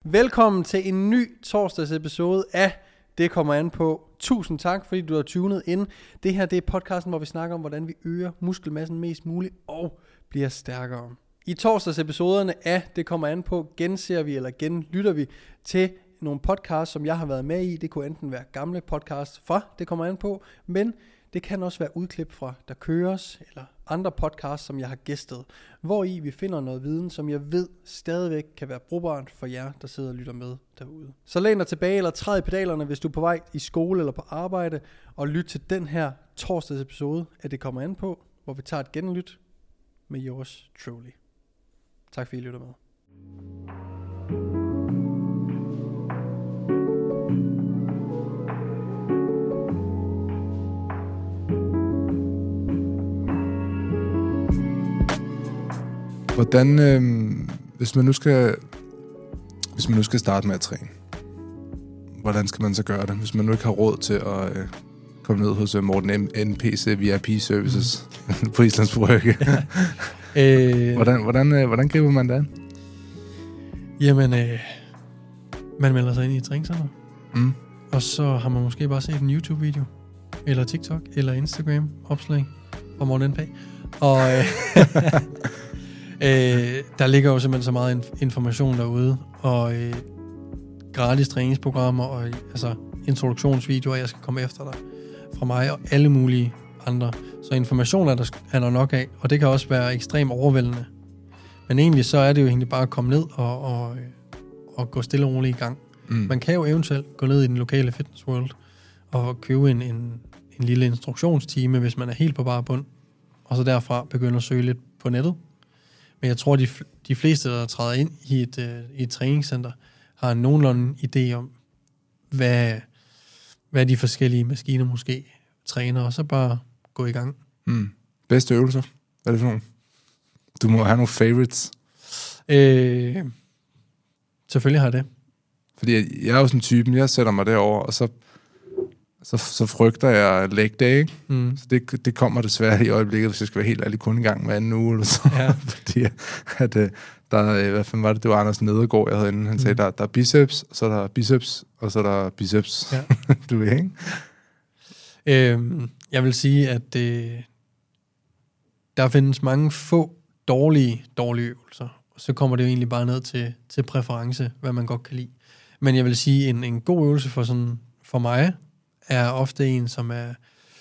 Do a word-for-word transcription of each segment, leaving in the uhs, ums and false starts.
Velkommen til en ny torsdags episode af Det kommer an på. Tusind tak, fordi du har tunet ind. Det her det er podcasten, hvor vi snakker om, hvordan vi øger muskelmassen mest muligt og bliver stærkere. I torsdags episoderne af Det kommer an på, genser vi eller genlytter vi til nogle podcasts, som jeg har været med i. Det kunne enten være gamle podcasts fra Det kommer an på, men det kan også være udklip fra Der køres, eller andre podcasts, som jeg har gæstet, hvor i vi finder noget viden, som jeg ved stadigvæk kan være brugbart for jer, der sidder og lytter med derude. Så læn dig tilbage eller træd i pedalerne, hvis du er på vej i skole eller på arbejde, og lyt til den her torsdags episode af Det kommer an på, hvor vi tager et genlyt med yours truly. Tak fordi I lytter med. Hvordan, øh, hvis man nu skal, hvis man nu skal starte med at træne, hvordan skal man så gøre det, hvis man nu ikke har råd til at øh, komme ned hos Morten N P C V I P Services mm. på Islands Brygge? øh, hvordan, hvordan, øh, hvordan griber man det an? Jamen, øh, man melder sig ind i et træningscenter, mm. og så har man måske bare set en YouTube-video, eller TikTok, eller Instagram-opslag fra Morten N P. Og øh, Øh, der ligger jo simpelthen så meget inf- information derude, og øh, gratis træningsprogrammer, og altså introduktionsvideoer, jeg skal komme efter dig, fra mig og alle mulige andre. Så information er der, er der nok af, og det kan også være ekstremt overvældende. Men egentlig så er det jo egentlig bare at komme ned og, og, og gå stille og roligt i gang. Mm. Man kan jo eventuelt gå ned i den lokale Fitness World og købe en, en, en lille instruktionstime, hvis man er helt på bare bund, og så derfra begynde at søge lidt på nettet. Men jeg tror, de, de fleste, der træder ind i et, øh, i et træningscenter, har en nogenlunde idé om, hvad, hvad de forskellige maskiner måske træner, og så bare gå i gang. Mm. Bedste øvelser? Hvad er det for nogle? Du må have nogle favorites. Øh, selvfølgelig har jeg det. Fordi jeg, jeg er jo sådan en typen, jeg sætter mig derover, og så, så, så frygter jeg leg day, ikke? Mm. Så det, det kommer desværre i øjeblikket, hvis jeg skal være helt ærlig, kun en gang med anden uge, eller så. Ja. Fordi at, der, hvad fanden var det, det var Anders Nedergaard, jeg havde inde. Han mm. sagde, der, der er biceps, og så er der biceps, og så er der biceps. Ja. Du ved, ikke? Øhm, jeg vil sige, at øh, der findes mange få dårlige, dårlige øvelser, og så kommer det jo egentlig bare ned til, til præference, hvad man godt kan lide. Men jeg vil sige, en, en god øvelse for, sådan, for mig, er ofte en, som er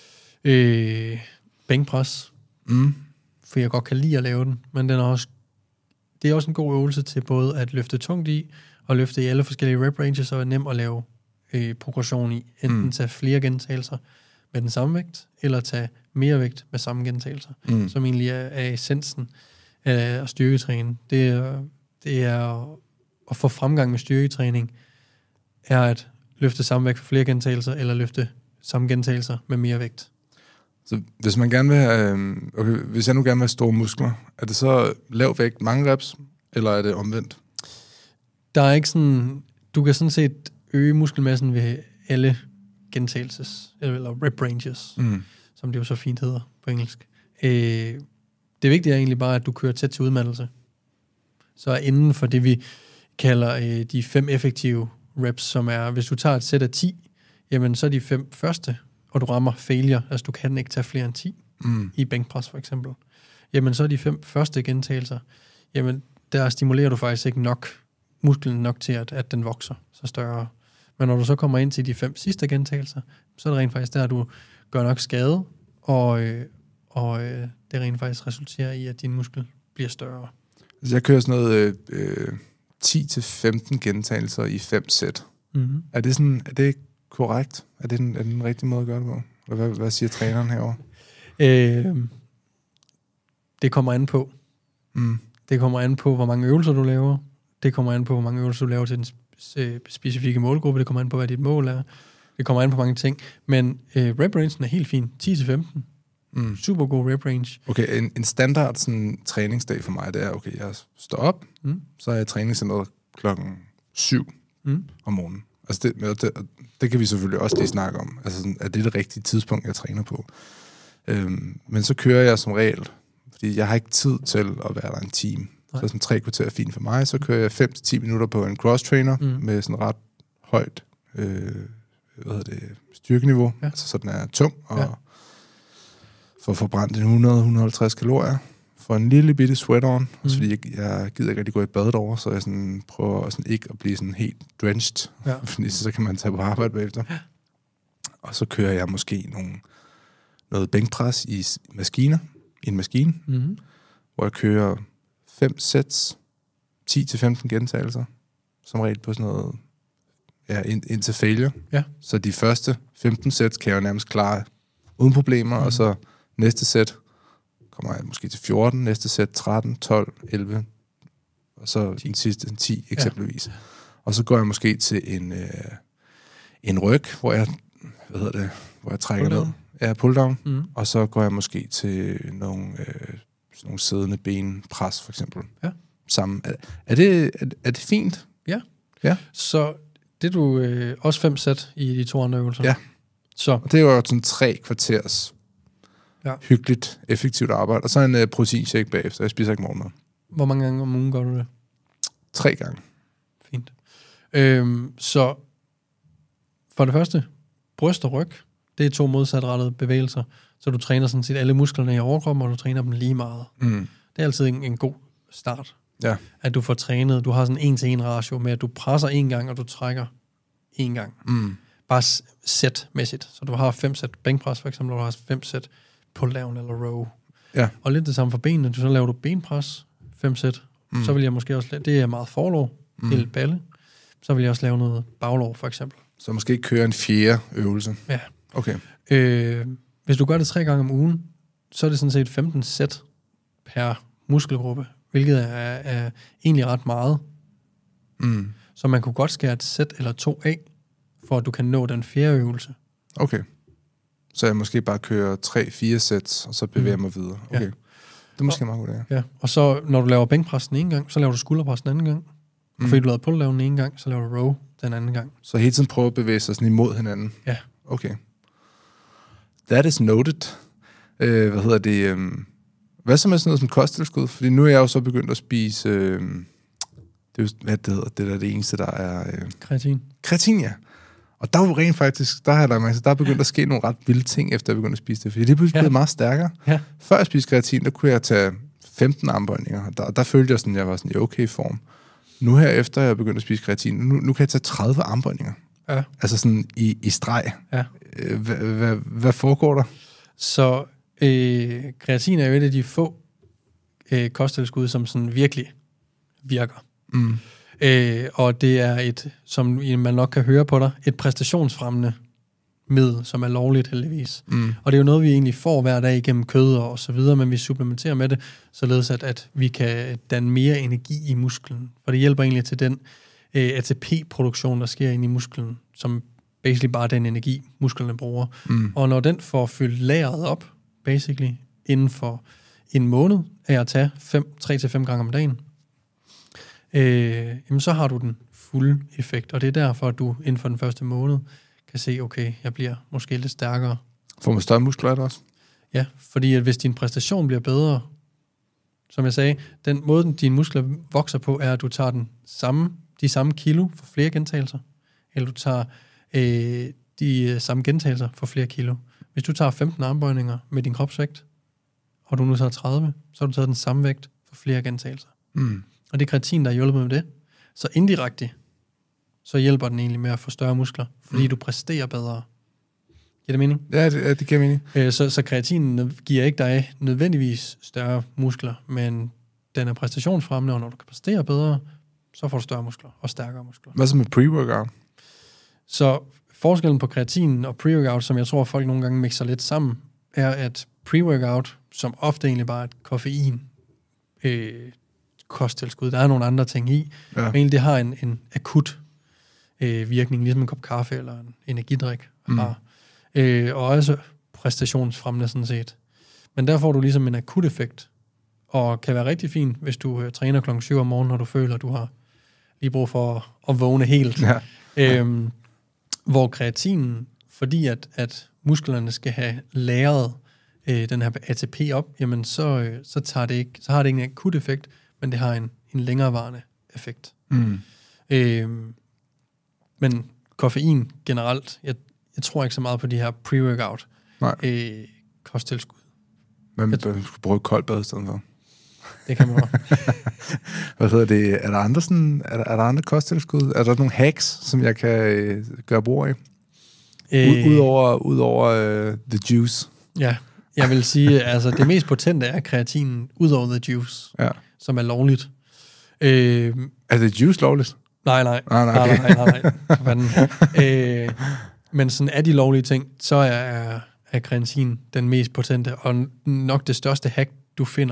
øh, bænkpres. Mm. For jeg godt kan lide at lave den, men den er også, det er også en god øvelse til både at løfte tungt i, og løfte i alle forskellige rep ranges, og er nem at lave øh, progression i. Enten mm. tage flere gentagelser med den samme vægt, eller tage mere vægt med samme gentagelser, mm. som egentlig er, er essensen af at styrketræne. Det er, det er at få fremgang med styrketræning, er at løfte samme vægt for flere gentagelser, eller løfte samme gentagelser med mere vægt. Så hvis man gerne vil have, okay, hvis jeg nu gerne vil have store muskler, er det så lav vægt, mange reps, eller er det omvendt? Der er ikke sådan, du kan sådan set øge muskelmassen ved alle gentagelses, eller rep ranges, mm. som det jo så fint hedder på engelsk. Øh, det vigtige er egentlig bare, at du kører tæt til udmattelse. Så inden for det, vi kalder øh, de fem effektive reps, som er, hvis du tager et sæt af ti, jamen så er de fem første, og du rammer failure, altså du kan ikke tage flere end ti, mm. i bænkpres for eksempel, jamen så er de fem første gentagelser, jamen der stimulerer du faktisk ikke nok, musklen nok til, at, at den vokser så større. Men når du så kommer ind til de fem sidste gentagelser, så er det rent faktisk der, du gør nok skade, og, øh, og øh, det rent faktisk resulterer i, at din muskel bliver større. Altså jeg kører sådan noget øh, ti til femten gentagelser i fem sæt. Mm-hmm. Er det sådan, er det korrekt? Er det den, er det den rigtige måde at gøre det på? Hvad, hvad siger træneren herovre? Øh, det kommer an på. Mm. Det kommer an på, hvor mange øvelser du laver. Det kommer an på, hvor mange øvelser du laver til den specifikke målgruppe. Det kommer an på, hvad dit mål er. Det kommer an på mange ting. Men øh, rep rangen er helt fin. ti til femten. Mm. Super god rep range. Okay, en, en standard sådan, træningsdag for mig, det er, okay, jeg står op, mm. så er jeg i træningscenteret klokken syv mm. om morgenen. Altså det, det, det kan vi selvfølgelig også lige snakke om. Altså sådan, er det det rigtige tidspunkt, jeg træner på? Øhm, men så kører jeg som regel, fordi jeg har ikke tid til at være der en time. Nej. Så sådan tre kvarter er fint for mig. Så kører jeg fem til ti minutter på en cross-trainer mm. med sådan ret højt øh, hvad hedder det, styrkeniveau. Ja. Altså så den er tung, og ja. får forbrændt hundrede til hundrede og halvtreds kalorier. For en lille bitte sweat-on, mm. fordi jeg, jeg gider ikke rigtig gå i badet over, så jeg sådan prøver sådan ikke at blive sådan helt drenched, ja. fordi så kan man tage på arbejde bagefter. Ja. Og så kører jeg måske nogle, noget bænkpres i maskiner, i en maskine, mm. hvor jeg kører fem sets, ti til femten gentagelser, som regel på sådan noget, ja, ind, indtil failure. Ja. Så de første femten sets kan jeg jo nærmest klare uden problemer, mm. og så næste sæt kommer jeg måske til fjorten, næste sæt tretten, tolv, elleve, og så ti. Den sidste ti eksempelvis. Ja. Og så går jeg måske til en, øh, en ryg, hvor jeg, hvad hedder det, hvor jeg trækker pull ned. Ja, pull-down. Mm. Og så går jeg måske til nogle, øh, sådan nogle siddende benpres, for eksempel. Ja. Sammen. Er, er, det, er, er det fint? Ja. Ja. Så det er du øh, også fem sæt i de to andre øvelser? Ja. Så. Og det er jo sådan tre kvarters ja. hyggeligt, effektivt arbejde. Og så en uh, proteinshake bagefter. Jeg spiser ikke morgenmad. Hvor mange gange om ugen gør du det? Tre gange. Fint. Øhm, så for det første, bryst og ryg, det er to modsatrettede bevægelser. Så du træner sådan set alle musklerne i overkroppen, og du træner dem lige meget. Mm. Det er altid en, en god start. Ja. At du får trænet, du har sådan en til en ratio med, at du presser en gang, og du trækker en gang. Mm. Bare sætmæssigt. Så du har fem sæt bænkpres, for eksempel, og du har fem sæt pull-down eller row. Ja. Og lidt det samme for benene. Så laver du benpres, fem sæt. Mm. Så vil jeg måske også lave, det er meget forlov, mm. helt balle. Så vil jeg også lave noget baglov, for eksempel. Så måske køre en fjerde øvelse. Ja. Okay. Øh, hvis du gør det tre gange om ugen, så er det sådan set femten sæt per muskelgruppe, hvilket er, er egentlig ret meget. Mm. Så man kunne godt skære et sæt eller to af, for at du kan nå den fjerde øvelse. Okay. Så jeg måske bare kører tre, fire sæt, og så bevæger mm. mig videre. Okay. Ja. Det er måske og, meget godt, ja. ja. Og så, når du laver bænkpres den ene gang, så laver du skulderpres den anden gang. Mm. Og fordi du lavede pull-down den ene gang, så laver du row den anden gang. Så hele tiden prøve at bevæge sig sådan imod hinanden? Ja. Okay. That is noted. Øh, hvad hedder det? Øh, hvad så med sådan noget som kosttilskud? Fordi nu er jeg jo så begyndt at spise... Øh, det er jo, hvad det hedder, det der er det eneste, der er... Øh, kreatin. Kreatin, ja. Og der er jo rent faktisk, der har jeg lagt, der er begyndt at ske nogle ret vilde ting, efter jeg begyndte at spise det. Fordi det er pludselig blevet meget stærkere. Ja. Før jeg spiste kreatin, der kunne jeg tage femten armbøjninger. Og der, der følte jeg sådan, jeg var sådan i okay form. Nu her efter jeg begyndte at spise kreatin, nu, nu kan jeg tage tredive armbøjninger. Ja. Altså sådan i, i streg. Ja. Hvad foregår der? Så øh, kreatin er jo et af de få øh, kosttilskud, som sådan virkelig virker. Mm. Øh, og det er et, som man nok kan høre på dig, et præstationsfremmende middel, som er lovligt heldigvis. Mm. Og det er jo noget, vi egentlig får hver dag igennem kød og så videre, men vi supplementerer med det, således at, at vi kan danne mere energi i musklen. For det hjælper egentlig til den øh, A T P-produktion, der sker inde i musklen, som basically bare den energi, musklerne bruger. Mm. Og når den får fyldt lageret op, basically, inden for en måned, af at tage tre til fem gange om dagen, øh, jamen så har du den fulde effekt. Og det er derfor, at du inden for den første måned kan se, okay, jeg bliver måske lidt stærkere. Får man større muskler af det også? Ja, fordi at hvis din præstation bliver bedre, som jeg sagde, den måde, dine muskler vokser på, er, at du tager den samme, de samme kilo for flere gentagelser, eller du tager øh, de samme gentagelser for flere kilo. Hvis du tager femten armbøjninger med din kropsvægt, og du nu tager tredive, så har du taget den samme vægt for flere gentagelser. Mm. Og det er kreatin, der hjælper med det. Så indirekte, så hjælper den egentlig med at få større muskler, fordi mm. du præsterer bedre. Giver det mening? Ja, det, ja, det giver mening. Øh, så, så kreatinen giver ikke dig nødvendigvis større muskler, men den er præstationsfremmende, og når du kan præstere bedre, så får du større muskler og stærkere muskler. Hvad så med pre-workout? Så forskellen på kreatinen og pre-workout, som jeg tror, folk nogle gange mixer lidt sammen, er, at pre-workout, som ofte egentlig bare er et koffein, øh, kosttilskud, der er nogle andre ting i, ja. Men egentlig det har en, en akut øh, virkning, ligesom en kop kaffe eller en energidrik har. Mm. Øh, og også præstationsfremmende sådan set. Men der får du ligesom en akut effekt, og kan være rigtig fint, hvis du øh, træner klokken syv om morgenen, når du føler, at du har lige brug for at, at vågne helt. Ja. Øhm, hvor kreatinen, fordi at, at musklerne skal have lagret øh, den her A T P op, jamen så, øh, så, tager det ikke, så har det ikke en akut effekt, men det har en, en længerevarende effekt. Mm. Øh, men koffein generelt, jeg, jeg tror ikke så meget på de her pre-workout øh, kosttilskud. Men man skulle bruge koldt bad i stedet for. Det kan man også. Hvad hedder det? Er der andre, sådan, er der, er der andre kosttilskud? Er der nogle hacks, som jeg kan øh, gøre brug af? Øh, Udover ud over, uh, the juice. Ja, jeg vil sige, altså det mest potente er kreatinen, udover the juice, ja. som er lovligt. Øh, er det juice lovligt? Nej, nej. Ah, nej, okay. nej, nej, nej, nej. øh, men sådan er de lovlige ting, så er, er kreatin den mest potente, og nok det største hack, du finder.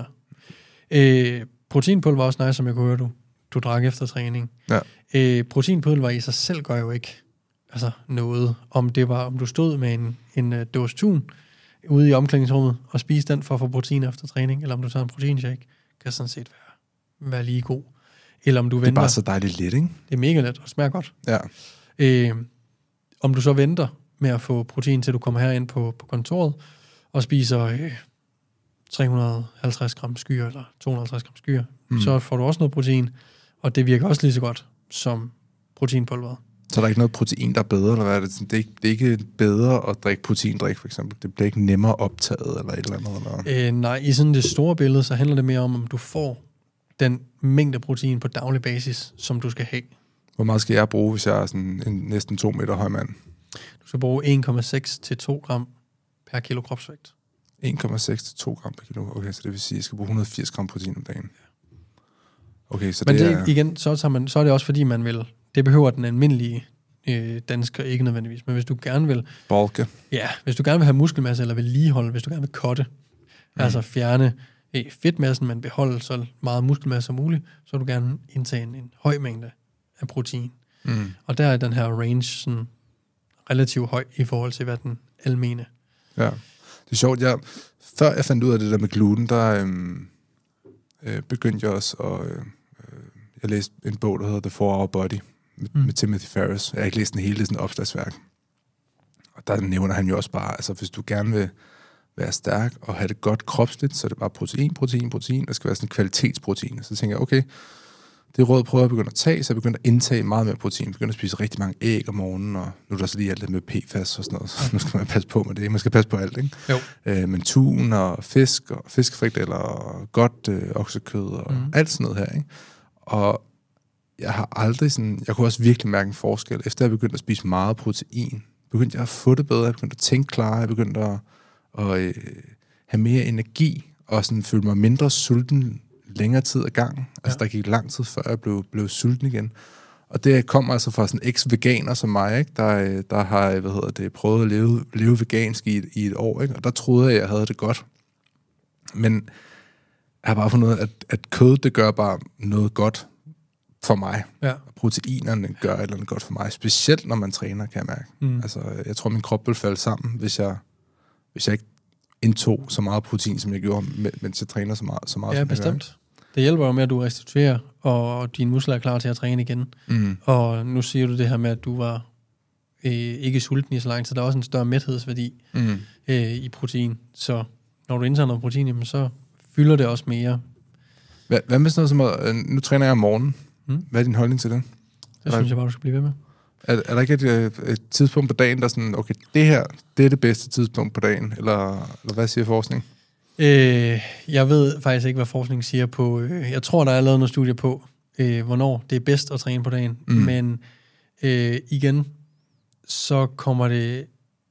Øh, proteinpulver er også nice, som jeg kunne høre, du, du drak efter træning. Ja. Øh, proteinpulver i sig selv gør jo ikke altså noget. Om det var, om du stod med en, en uh, dåse tun ude i omklædningsrummet og spiste den for at få protein efter træning, eller om du tager en proteinshake, kan sådan set være, være lige god. Eller om du venter. Det er bare så dejligt let, ikke? Det er mega let og smager godt. Ja. Øh, om du så venter med at få protein, til du kommer herind på, på kontoret og spiser øh, tre hundrede og halvtreds gram skyer, eller to hundrede og halvtreds gram skyer, mm. så får du også noget protein, og det virker også lige så godt som proteinpulveret. Så er der ikke noget protein, der er bedre, eller hvad er det? Det er ikke, det er ikke bedre at drikke proteindrik, for eksempel. Det bliver ikke nemmere optaget, eller et eller andet? Eller? Øh, nej, i sådan det store billede, så handler det mere om, om du får den mængde protein på daglig basis, som du skal have. Hvor meget skal jeg bruge, hvis jeg er sådan en næsten to meter høj mand? Du skal bruge en komma seks til to gram per kilo kropsvægt. en komma seks til to gram per kilo. Okay, så det vil sige, at jeg skal bruge et hundrede og firs gram protein om dagen. Okay, så Men det, det er... igen, så, tager man, så er det også fordi, man vil... Det behøver den almindelige øh, dansker ikke nødvendigvis. Men hvis du gerne vil... Bolke. Ja, hvis du gerne vil have muskelmasse, eller vedligeholde, hvis du gerne vil cutte, mm. altså fjerne øh, fedtmassen, men beholde så meget muskelmasse som muligt, så vil du gerne indtage en, en høj mængde af protein. Mm. Og der er den her range sådan relativt høj i forhold til, hvad den almene. Ja, det er sjovt. Jeg, før jeg fandt ud af det der med gluten, der øhm, øh, begyndte jeg også at... Øh, jeg læste en bog, der hedder The four hour Body, med, mm. med Timothy Ferriss. Jeg har ikke læst den hele, det er sådan et opslagsværk. Og der nævner han jo også bare, altså hvis du gerne vil være stærk og have det godt kropsligt, så er det bare protein, protein, protein. Der skal være sådan en kvalitetsprotein. Så tænker jeg, okay, det råd prøver jeg at begynde at tage, så jeg begynder at indtage meget mere protein. Jeg begynder at spise rigtig mange æg om morgenen, og nu er der så lige alt det med P F A S og sådan noget, så nu skal man passe på med det. Man skal passe på alt, ikke? Jo. Øh, men tun og fisk og fiskefrikadeller og godt øh, oksekød og mm. alt sådan noget her, ikke? Og jeg har aldrig sådan... Jeg kunne også virkelig mærke en forskel. Efter jeg begyndte at spise meget protein, begyndte jeg at få det bedre, jeg begyndte at tænke klarere, jeg begyndte at, at øh, have mere energi, og sådan føle mig mindre sulten længere tid ad gangen. Ja. Altså, der gik lang tid, før jeg blev, blev sulten igen. Og det kommer altså fra sådan eks-veganer som mig, ikke? Der, der har hvad hedder det, prøvet at leve, leve vegansk i et, i et år, ikke? Og der troede jeg, at jeg havde det godt. Men jeg har bare fundet ud af, at, at kød, det gør bare noget godt for mig. Ja. Proteinerne gør et eller andet godt for mig. Specielt når man træner, kan jeg mærke. Mm. Altså, jeg tror, min krop vil falde sammen, hvis jeg, hvis jeg ikke indtog så meget protein, som jeg gjorde, mens jeg træner så meget, så meget ja, som bestemt. Jeg det hjælper jo med, at du restituerer, og dine muskler er klar til at træne igen. Mm. Og nu siger du det her med, at du var øh, ikke sulten i så lang tid. Der er også en større mæthedsværdi mm. øh, i protein. Så når du indtager noget protein, jamen, så fylder det også mere. Hvad, hvad med sådan noget som, at, nu træner jeg om morgenen. Mm. Hvad er din holdning til det? Det synes jeg bare, du skal blive ved med. Er, er der ikke et, et tidspunkt på dagen, der er sådan, okay, det her, det er det bedste tidspunkt på dagen? Eller, eller hvad siger forskning? Øh, jeg ved faktisk ikke, hvad forskning siger på... Øh, jeg tror, der er lavet noget studie på, øh, hvornår det er bedst at træne på dagen. Mm. Men øh, igen, så kommer det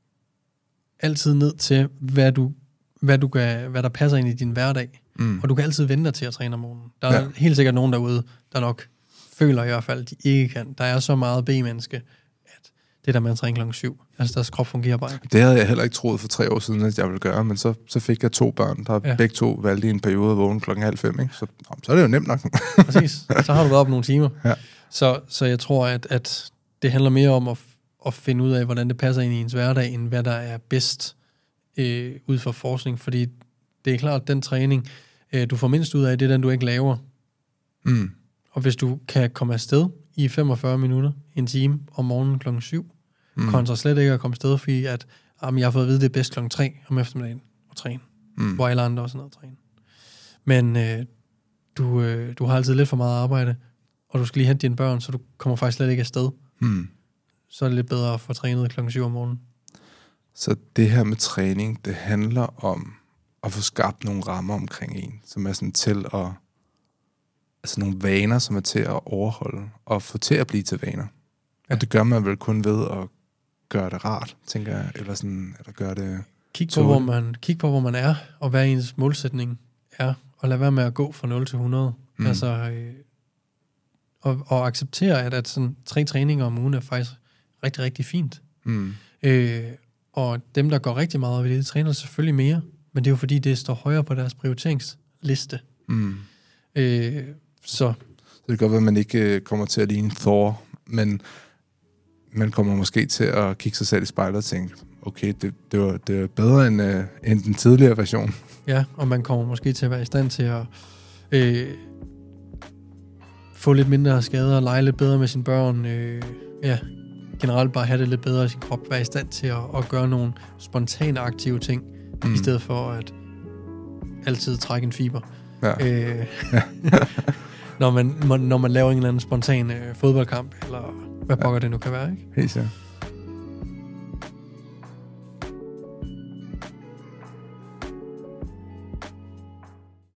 altid ned til, hvad du, hvad du kan, hvad der passer ind i din hverdag. Mm. Og du kan altid vente til at træne om morgenen. Der er ja. helt sikkert nogen derude, der nok føler i hvert fald, de ikke kan. Der er så meget B-menneske, at det der med at træne klokken syv, altså deres krop fungerer bare ikke. Det havde jeg heller ikke troet for tre år siden, at jeg ville gøre, men så, så fik jeg to børn, der ja. begge to valgte i en periode at vågne klokken halv fem, ikke? Så, så er det jo nemt nok. Præcis. Så har du været op nogle timer. Ja. Så, så jeg tror, at, at det handler mere om at, at finde ud af, hvordan det passer ind i ens hverdag, end hvad der er bedst øh, ud fra forskning. Fordi det er klart, at den træning, øh, du får mindst ud af, det er den, du ikke laver. Mm. Og hvis du kan komme afsted i femogfyrre minutter, en time om morgenen klokken syv, mm. kontra slet ikke at komme afsted, fordi at, jamen, jeg har fået at vide, det er bedst klokken tre om eftermiddagen at træne, mm. hvor alle andre også er nede at træne. Men øh, du, øh, du har altid lidt for meget arbejde, og du skal lige hente dine børn, så du kommer faktisk slet ikke afsted. Hmm. Så er det lidt bedre at få trænet klokken syv om morgenen. Så det her med træning, det handler om at få skabt nogle rammer omkring en, som er sådan til at, altså nogle vaner, som er til at overholde, og få til at blive til vaner. Ja. Og det gør man vel kun ved at gøre det rart, tænker jeg, eller sådan, eller gøre det... Kig på, hvor man, kig på, hvor man er, og hvad ens målsætning er, og lad være med at gå fra nul til hundrede. Mm. Altså, øh, og, og acceptere, at, at sådan, tre træninger om ugen er faktisk rigtig, rigtig fint. Mm. Øh, og dem, der går rigtig meget op i det, træner selvfølgelig mere, men det er jo fordi, det står højere på deres prioriteringsliste. Mm. Øh, så. Så det kan godt være, at man ikke øh, kommer til at ligne Thor, men man kommer måske til at kigge sig selv i spejlet og tænke, okay, det, det, var, det var bedre end, øh, end den tidligere version. Ja, og man kommer måske til at være i stand til at øh, få lidt mindre skader, lege lidt bedre med sine børn, øh, ja, generelt bare have det lidt bedre i sin krop, være i stand til at, at gøre nogle spontane aktive ting, mm. i stedet for at altid trække en fiber. Ja. Øh, når, man, når man laver en eller anden spontan øh, fodboldkamp, eller hvad pokker ja. det nu kan være, ikke? Helt sikkert.